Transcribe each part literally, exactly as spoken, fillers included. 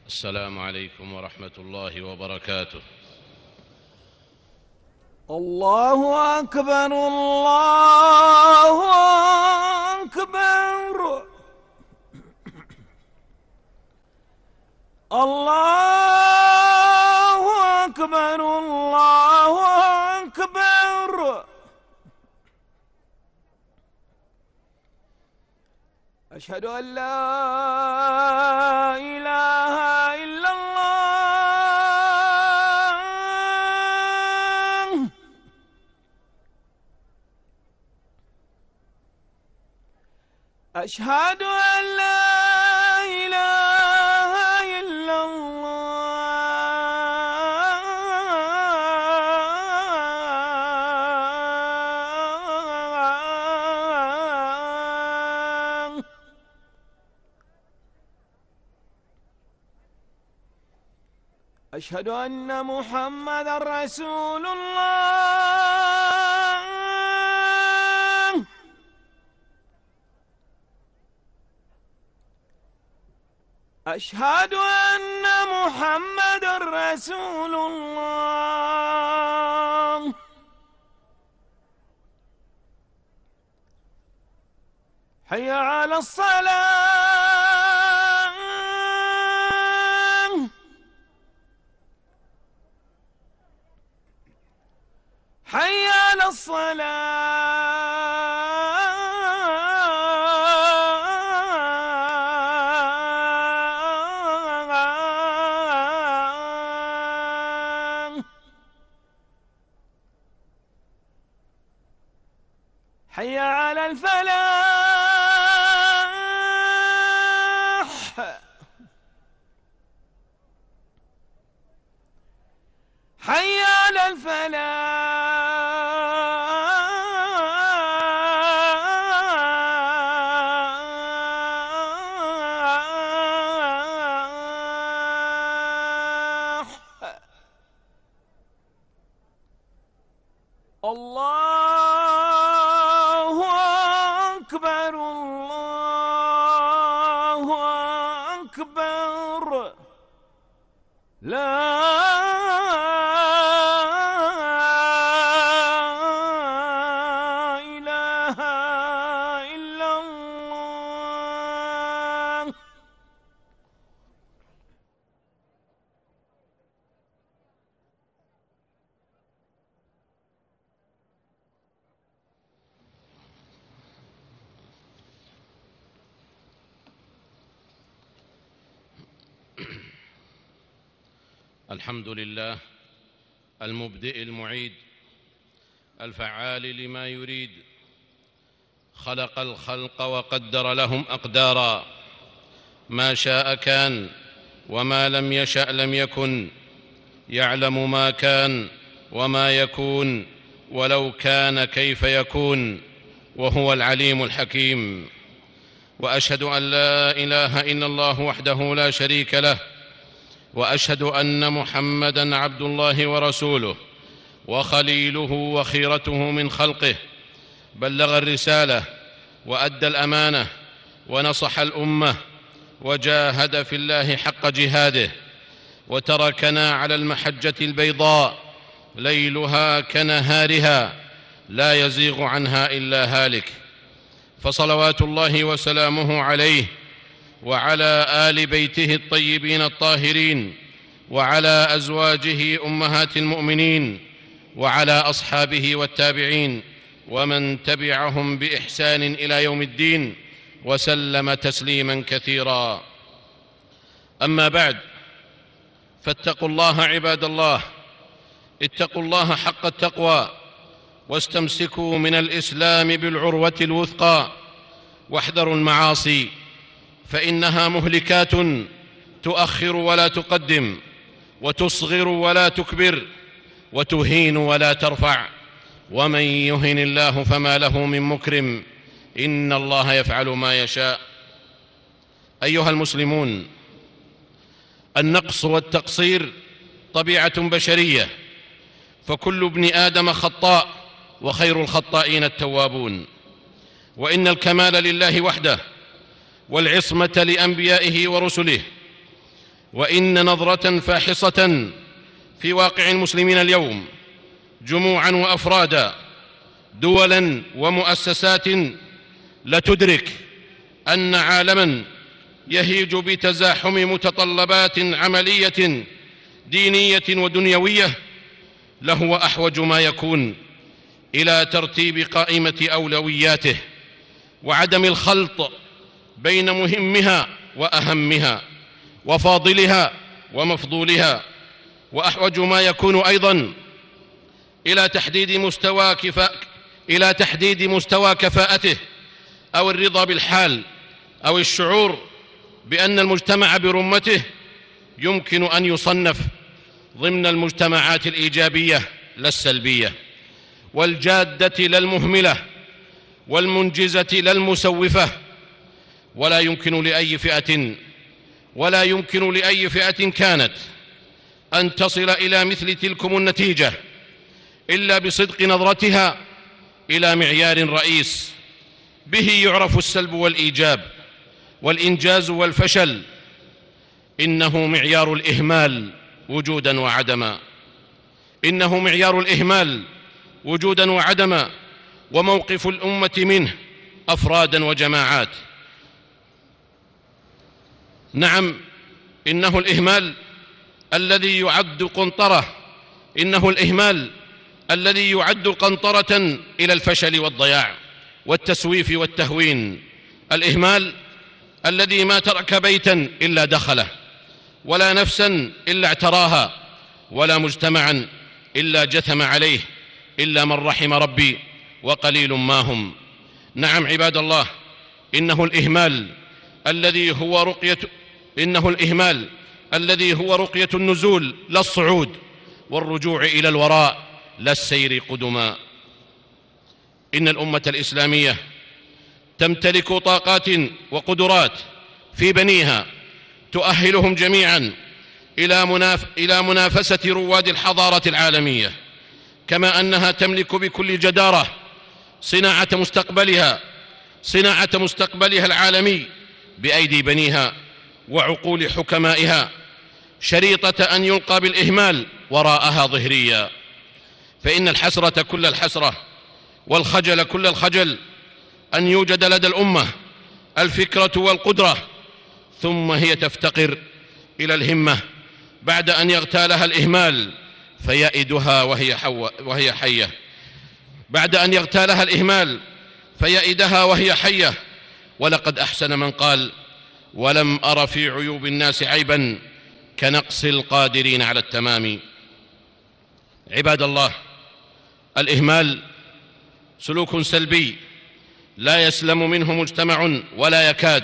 السلام عليكم ورحمة الله وبركاته. الله أكبر الله أكبر الله أكبر الله أكبر أشهد أن لا إله إلا الله أشهد أن لا إله إلا الله أشهد أن محمدًا رسول الله أشهد أن محمدًا رسول الله حي على الصلاة حي على الصلاة حي على الفلاح حي على الفلاح الله أكبر الله أكبر لا إله إلا الله الحمد لله المبدئ المعيد الفعال لما يريد، خلق الخلق وقدر لهم أقدارا، ما شاء كان وما لم يشأ لم يكن، يعلم ما كان وما يكون ولو كان كيف يكون، وهو العليم الحكيم. وأشهد أن لا إله إلا الله وحده لا شريك له، وأشهد أن محمدًا عبد الله ورسوله وخليله وخيرته من خلقه، بلغ الرسالة وأدى الأمانة ونصح الأمة وجاهد في الله حق جهاده، وتركنا على المحجة البيضاء ليلها كنهارها لا يزيغ عنها إلا هالك، فصلوات الله وسلامه عليه وعلى آل بيته الطيبين الطاهرين، وعلى أزواجه أمهات المؤمنين، وعلى أصحابه والتابعين ومن تبعهم بإحسان إلى يوم الدين، وسلم تسليما كثيرا. أما بعد، فاتقوا الله عباد الله، اتقوا الله حق التقوى، واستمسكوا من الإسلام بالعروة الوثقى، واحذروا المعاصي فإنها مهلكات، تؤخر ولا تقدم، وتصغر ولا تكبر، وتهين ولا ترفع، ومن يهن الله فما له من مكرم، إن الله يفعل ما يشاء. أيها المسلمون، النقص والتقصير طبيعة بشرية، فكل ابن آدم خطاء، وخير الخطائين التوابون. وإن الكمال لله وحده، والعصمة لأنبيائه ورسله، وإن نظرة فاحصة في واقع المسلمين اليوم جموعا وأفرادا، دولا ومؤسسات، لتدرك أن عالما يهيج بتزاحم متطلبات عملية دينية ودنيوية لهو أحوج ما يكون إلى ترتيب قائمة أولوياته وعدم الخلط بين مهمها وأهمها وفاضلها ومفضولها، وأحوج ما يكون أيضا إلى تحديد مستوى كفاء إلى تحديد مستوى كفاءته أو الرضا بالحال أو الشعور بأن المجتمع برمته يمكن أن يصنف ضمن المجتمعات الإيجابية لا السلبية، والجادة لا المهملة، والمنجزة لا المسوفة. ولا يمكن لأي فئة ولا يمكن لأي فئة كانت أن تصل إلى مثل تلكم النتيجة إلا بصدق نظرتها إلى معيار رئيس به يعرف السلب والإيجاب والإنجاز والفشل، إنه معيار الإهمال وجودا وعدما إنه معيار الإهمال وجودا وعدما وموقف الأمة منه أفرادا وجماعات. نعم، إنه الإهمال الذي يعد قنطرة إنه الإهمال الذي يعد قنطرة إلى الفشل والضياع والتسويف والتهوين، الإهمال الذي ما ترك بيتا إلا دخله، ولا نفسا إلا اعتراها، ولا مجتمعا إلا جثم عليه، إلا من رحم ربي وقليل ما هم. نعم عباد الله، إنه الإهمال الذي هو رقية إنه الإهمال الذي هو رقية النزول لا الصعود، والرجوع إلى الوراء لا السير قدما. إن الأمة الإسلامية تمتلك طاقات وقدرات في بنيها تؤهلهم جميعا إلى, مناف... إلى منافسة رواد الحضارة العالمية، كما أنها تملك بكل جدارة صناعة مستقبلها صناعة مستقبلها العالمي بأيدي بنيها وعقول حكمائها، شريطة أن يلقى بالإهمال وراءها ظهريا. فإن الحسرة كل الحسرة والخجل كل الخجل أن يوجد لدى الأمة الفكرة والقدرة ثم هي تفتقر إلى الهمة بعد أن يغتالها الإهمال فيئدها وهي, حو... وهي حية بعد أن يغتالها الإهمال فيئدها وهي حية. ولقد أحسن من قال: ولم أر في عيوب الناس عيبا كنقص القادرين على التمام. عباد الله، الإهمال سلوك سلبي لا يسلم منه مجتمع ولا يكاد،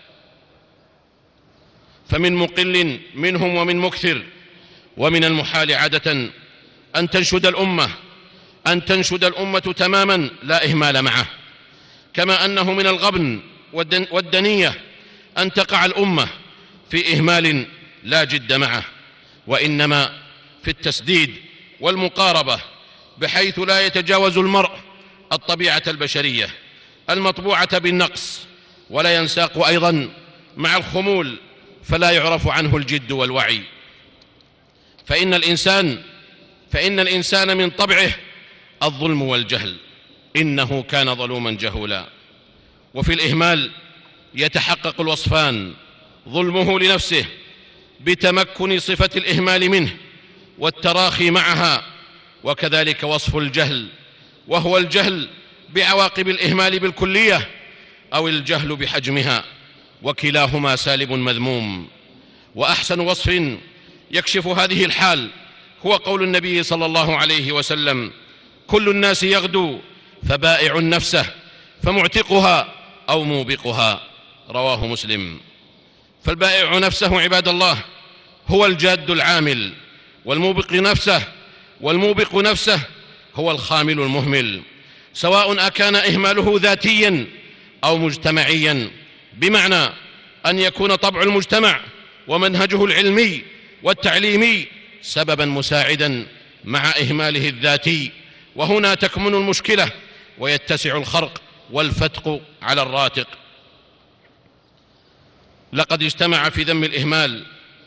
فمن مقل منهم ومن مكثر، ومن المحال عادة أن تنشد الأمة أن تنشد الأمة تماما لا إهمال معه، كما أنه من الغبن والدنية أن تقع الأمة في إهمال لا جد معه، وإنما في التسديد والمقاربة، بحيث لا يتجاوز المرء الطبيعة البشرية المطبوعة بالنقص، ولا ينساق أيضا مع الخمول فلا يعرف عنه الجد والوعي. فإن الإنسان فإن الإنسان من طبعه الظلم والجهل، إنه كان ظلوما جهولا. وفي الإهمال يتحقق الوصفان: ظلمه لنفسه بتمكن صفة الإهمال منه والتراخي معها، وكذلك وصف الجهل، وهو الجهل بعواقب الإهمال بالكلية أو الجهل بحجمها، وكلاهما سالب مذموم. وأحسن وصف يكشف هذه الحال هو قول النبي صلى الله عليه وسلم: كل الناس يغدو فبائع نفسه فمعتقها أو موبقها، رواه مسلم. فالبائع نفسه عباد الله هو الجاد العامل، والموبق نفسه والموبق نفسه هو الخامل المهمل، سواء أكان إهماله ذاتيا أو مجتمعيا، بمعنى أن يكون طبع المجتمع ومنهجه العلمي والتعليمي سببا مساعدا مع إهماله الذاتي، وهنا تكمن المشكلة ويتسع الخرق والفتق على الراتق. لقد اجتمع في ذم الإهمال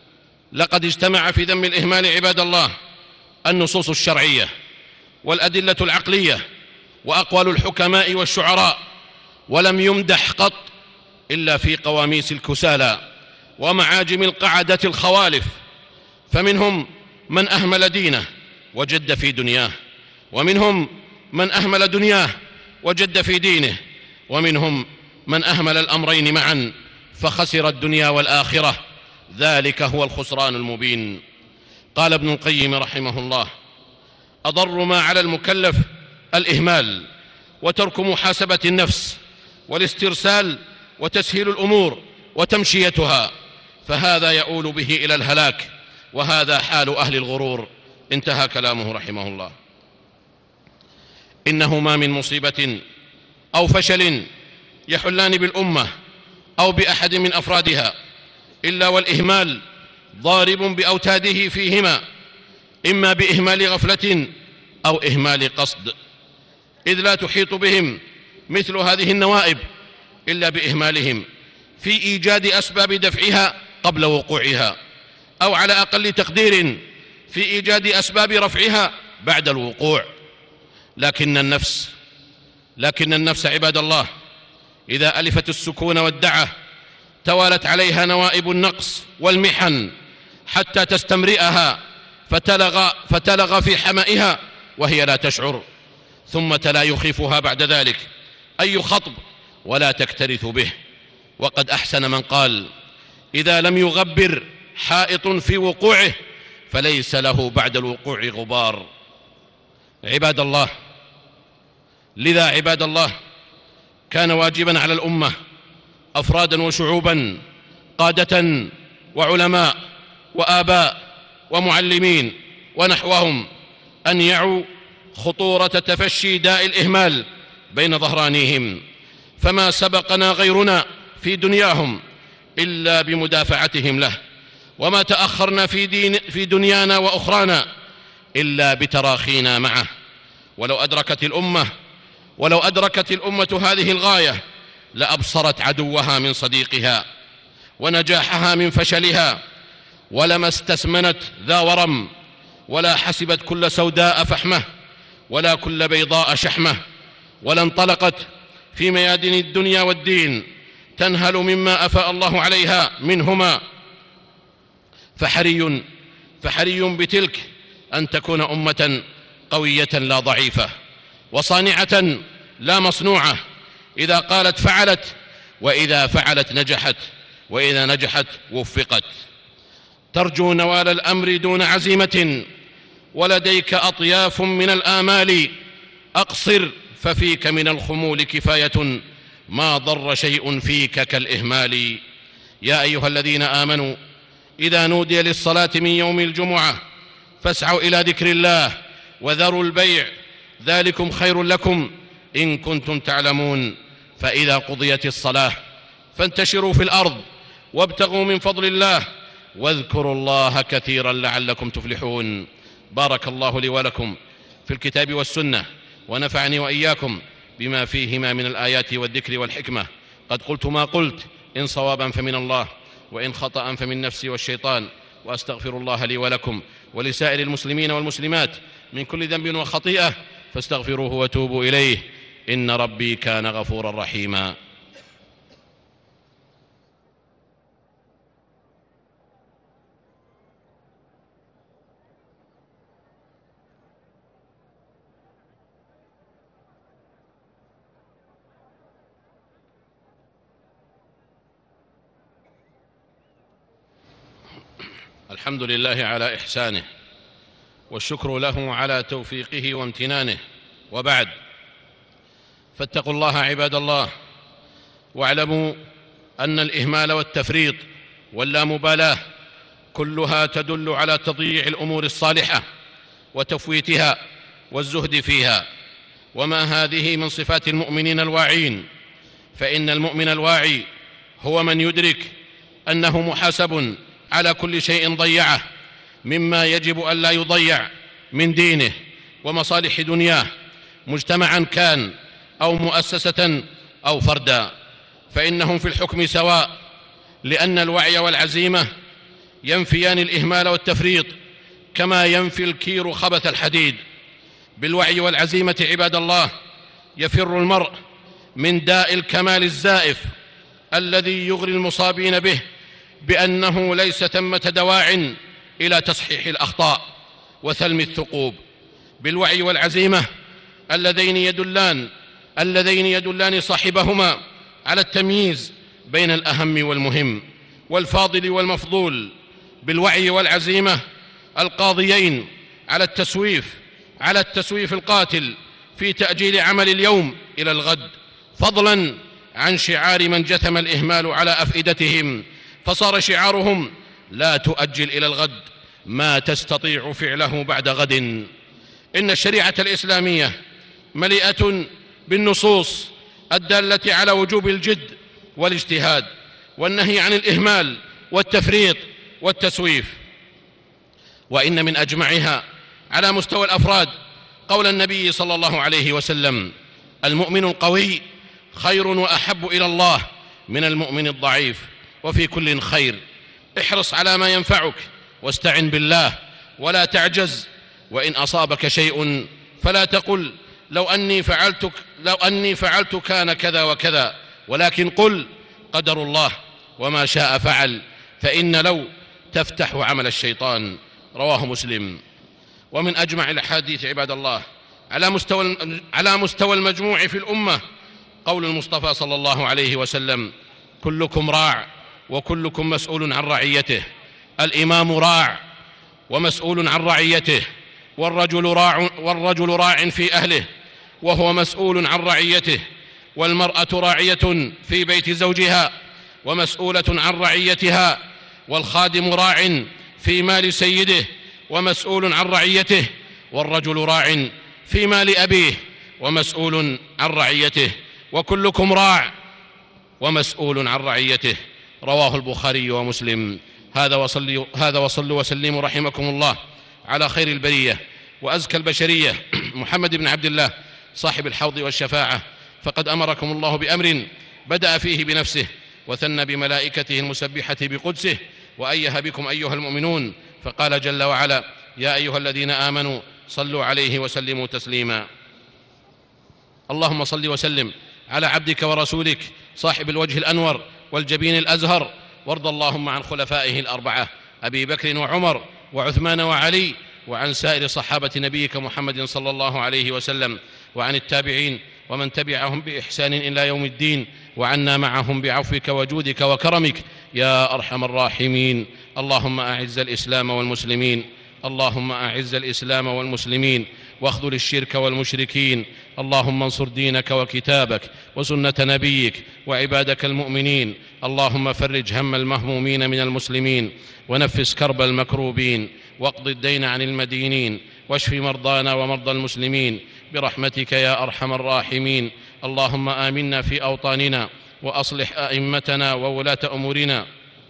لقد اجتمع في ذم الإهمال عباد الله النصوص الشرعية والأدلة العقلية وأقوال الحكماء والشعراء، ولم يمدح قط إلا في قواميس الكسالى ومعاجم القعدة الخوالف. فمنهم من أهمل دينه وجد في دنياه، ومنهم من أهمل دنياه وجد في دينه، ومنهم من أهمل الأمرين معا فخسر الدنيا والآخرة. ذلك هو الخسران المبين. قال ابن القيم رحمه الله: أضر ما على المكلف الإهمال وترك محاسبة النفس والاسترسال وتسهيل الأمور وتمشيتها، فهذا يؤول به إلى الهلاك، وهذا حال أهل الغرور. انتهى كلامه رحمه الله. إنه ما من مصيبة أو فشل يحلان بالأمة أو بأحد من أفرادها إلا والإهمال ضارب بأوتاده فيهما، إما بإهمال غفلة أو إهمال قصد، إذ لا تحيط بهم مثل هذه النوائب إلا بإهمالهم في إيجاد أسباب دفعها قبل وقوعها، أو على أقل تقدير في إيجاد أسباب رفعها بعد الوقوع. لكن النفس لكن النفس عباد الله إذا ألفت السكون والدعة توالت عليها نوائب النقص والمحن حتى تستمرئها فتلغ, فتلغ في حمائها وهي لا تشعر، ثم تلا يخيفها بعد ذلك أي خطب ولا تكترث به. وقد أحسن من قال: إذا لم يغبر حائط في وقوعه فليس له بعد الوقوع غبار. عباد الله، لذا عباد الله كان واجبا على الأمة أفرادا وشعوبا، قادة وعلماء وآباء ومعلمين ونحوهم، أن يعوا خطورة تفشي داء الإهمال بين ظهرانيهم، فما سبقنا غيرنا في دنياهم إلا بمدافعتهم له، وما تأخرنا في, دين في دنيانا وأخرانا إلا بتراخينا معه. ولو أدركت الأمة ولو أدركت الأمة هذه الغاية لأبصرت عدوها من صديقها ونجاحها من فشلها، ولما استسمنت ذا ورم، ولا حسبت كل سوداء فحمة ولا كل بيضاء شحمة، ولا انطلقت في ميادين الدنيا والدين تنهل مما أفاء الله عليها منهما. فحري فحري بتلك أن تكون أمة قوية لا ضعيفة، وصانعة لا مصنوعة، إذا قالت فعلت، وإذا فعلت نجحت، وإذا نجحت وفقت. ترجو نوال الأمر دون عزيمة، ولديك أطياف من الآمال، أقصر ففيك من الخمول كفاية، ما ضر شيء فيك كالإهمال. يا أيها الذين آمنوا إذا نودي للصلاة من يوم الجمعة فاسعوا إلى ذكر الله وذروا البيع، ذلكم خير لكم إن كنتم تعلمون. فإذا قضيت الصلاة فانتشروا في الأرض وابتغوا من فضل الله واذكروا الله كثيرا لعلكم تفلحون. بارك الله لي ولكم في الكتاب والسنة، ونفعني وإياكم بما فيهما من الآيات والذكر والحكمة. قد قلت ما قلت، إن صوابا فمن الله وإن خطأ فمن نفسي والشيطان، وأستغفر الله لي ولكم ولسائر المسلمين والمسلمات من كل ذنب وخطيئة، فاستغفروه وتوبوا إليه، إن ربي كان غفورا رحيما. الحمد لله على إحسانه، والشكر له على توفيقه وامتنانه، وبعد، فاتقوا الله عباد الله، واعلموا أن الإهمال والتفريط واللامبالاة كلها تدل على تضييع الأمور الصالحة وتفويتها والزهد فيها، وما هذه من صفات المؤمنين الواعين. فإن المؤمن الواعي هو من يدرك أنه محاسب على كل شيء ضيعه مما يجب أن لا يضيع من دينه ومصالح دنياه، مجتمعا كان أو مؤسسة أو فردا، فإنهم في الحكم سواء، لأن الوعي والعزيمة ينفيان الإهمال والتفريط كما ينفي الكير خبث الحديد. بالوعي والعزيمة عباد الله يفر المرء من داء الكمال الزائف الذي يغري المصابين به بأنه ليس ثمة دواع إلى تصحيح الأخطاء وثلم الثقوب. بالوعي والعزيمة اللذين يدلان اللذين يدلان صاحبهما على التمييز بين الأهم والمهم والفاضل والمفضول. بالوعي والعزيمة القاضيين على التسويف على التسويف القاتل في تأجيل عمل اليوم إلى الغد، فضلا عن شعار من جثم الإهمال على أفئدتهم فصار شعارهم لا تؤجل إلى الغد ما تستطيع فعله بعد غد. إن الشريعة الإسلامية مليئة بالنصوص الدالة على وجوب الجد والاجتهاد والنهي عن الإهمال والتفريط والتسويف. وإن من أجمعها على مستوى الأفراد قول النبي صلى الله عليه وسلم: المؤمن القوي خير وأحب إلى الله من المؤمن الضعيف، وفي كل خير. احرص على ما ينفعك واستعن بالله ولا تعجز. وإن أصابك شيء فلا تقل لو أني فعلت لو أني فعلت كان كذا وكذا، ولكن قل قدر الله وما شاء فعل، فإن لو تفتح عمل الشيطان. رواه مسلم. ومن أجمع الأحاديث عباد الله على مستوى على مستوى المجموع في الأمة قول المصطفى صلى الله عليه وسلم: كلكم راع وكلكم مسؤول عن رعيته. الإمام راع ومسؤول عن رعيته، والرجل راع, والرجل راع في أهله وهو مسؤول عن رعيته، والمرأة راعية في بيت زوجها ومسؤولة عن رعيتها، والخادم راع في مال سيده ومسؤول عن رعيته، والرجل راع في مال أبيه ومسؤول عن رعيته، وكلكم راع ومسؤول عن رعيته. رواه البخاري ومسلم. هذا وصلوا هذا وصلوا وسلموا رحمكم الله على خير البرية وأزكى البشرية محمد بن عبد الله صاحب الحوض والشفاعة، فقد أمركم الله بأمر بدأ فيه بنفسه وثنى بملائكته المسبحة بقدسه وأيه بكم أيها المؤمنون، فقال جل وعلا: يا أيها الذين آمنوا صلوا عليه وسلموا تسليما. اللهم صل وسلم على عبدك ورسولك صاحب الوجه الأنور والجبين الأزهر، وارض اللهم عن خلفائه الأربعة أبي بكر وعمر وعثمان وعلي، وعن سائر صحابة نبيك محمد صلى الله عليه وسلم، وعن التابعين ومن تبعهم بإحسان إلى يوم الدين، وعنا معهم بعفوك وجودك وكرمك يا أرحم الراحمين. اللهم أعز الإسلام والمسلمين اللهم أعز الإسلام والمسلمين واخذل الشرك والمشركين. اللهم انصر دينك وكتابك وسنة نبيك وعبادك المؤمنين. اللهم فرج هم المهمومين من المسلمين، ونفس كرب المكروبين، واقض الدين عن المدينين، واشف مرضانا ومرضى المسلمين برحمتك يا أرحم الراحمين. اللهم آمنا في أوطاننا، وأصلح أئمتنا وولاة أمورنا،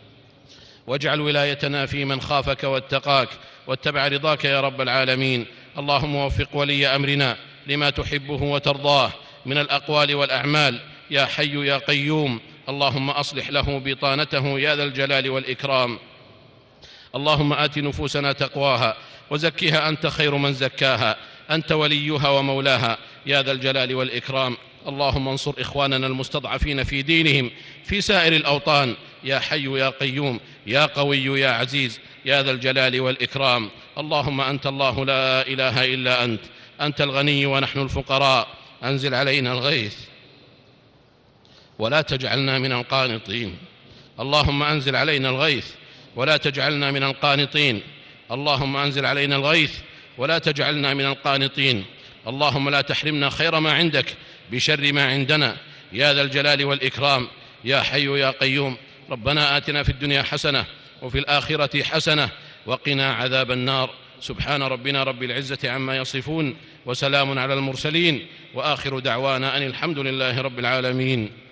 واجعل ولايتنا في من خافك واتقاك واتبع رضاك يا رب العالمين. اللهم وفق ولي أمرنا لما تحبه وترضاه من الأقوال والأعمال يا حي يا قيوم. اللهم أصلح له بطانته يا ذا الجلال والإكرام. اللهم آت نفوسنا تقواها وزكها أنت خير من زكاها، أنت وليها ومولاها يا ذا الجلال والإكرام. اللهم انصر إخواننا المستضعفين في دينهم في سائر الأوطان يا حي يا قيوم يا قوي يا عزيز يا ذا الجلال والإكرام. اللهم أنت الله لا إله إلا أنت، أنت الغني ونحن الفقراء. أنزل علينا الغيث ولا تجعلنا من القانطين. اللهم أنزل علينا الغيث ولا تجعلنا من القانطين. اللهم أنزل علينا الغيث ولا تجعلنا من القانطين. اللهم لا تحرمنا خير ما عندك بشر ما عندنا يا ذا الجلال والإكرام يا حي يا قيوم. ربنا آتنا في الدنيا حسنة وفي الآخرة حسنة وقنا عذاب النار. سبحان ربنا رب العزة عما يصفون، وسلام على المرسلين، وآخر دعوانا أن الحمد لله رب العالمين.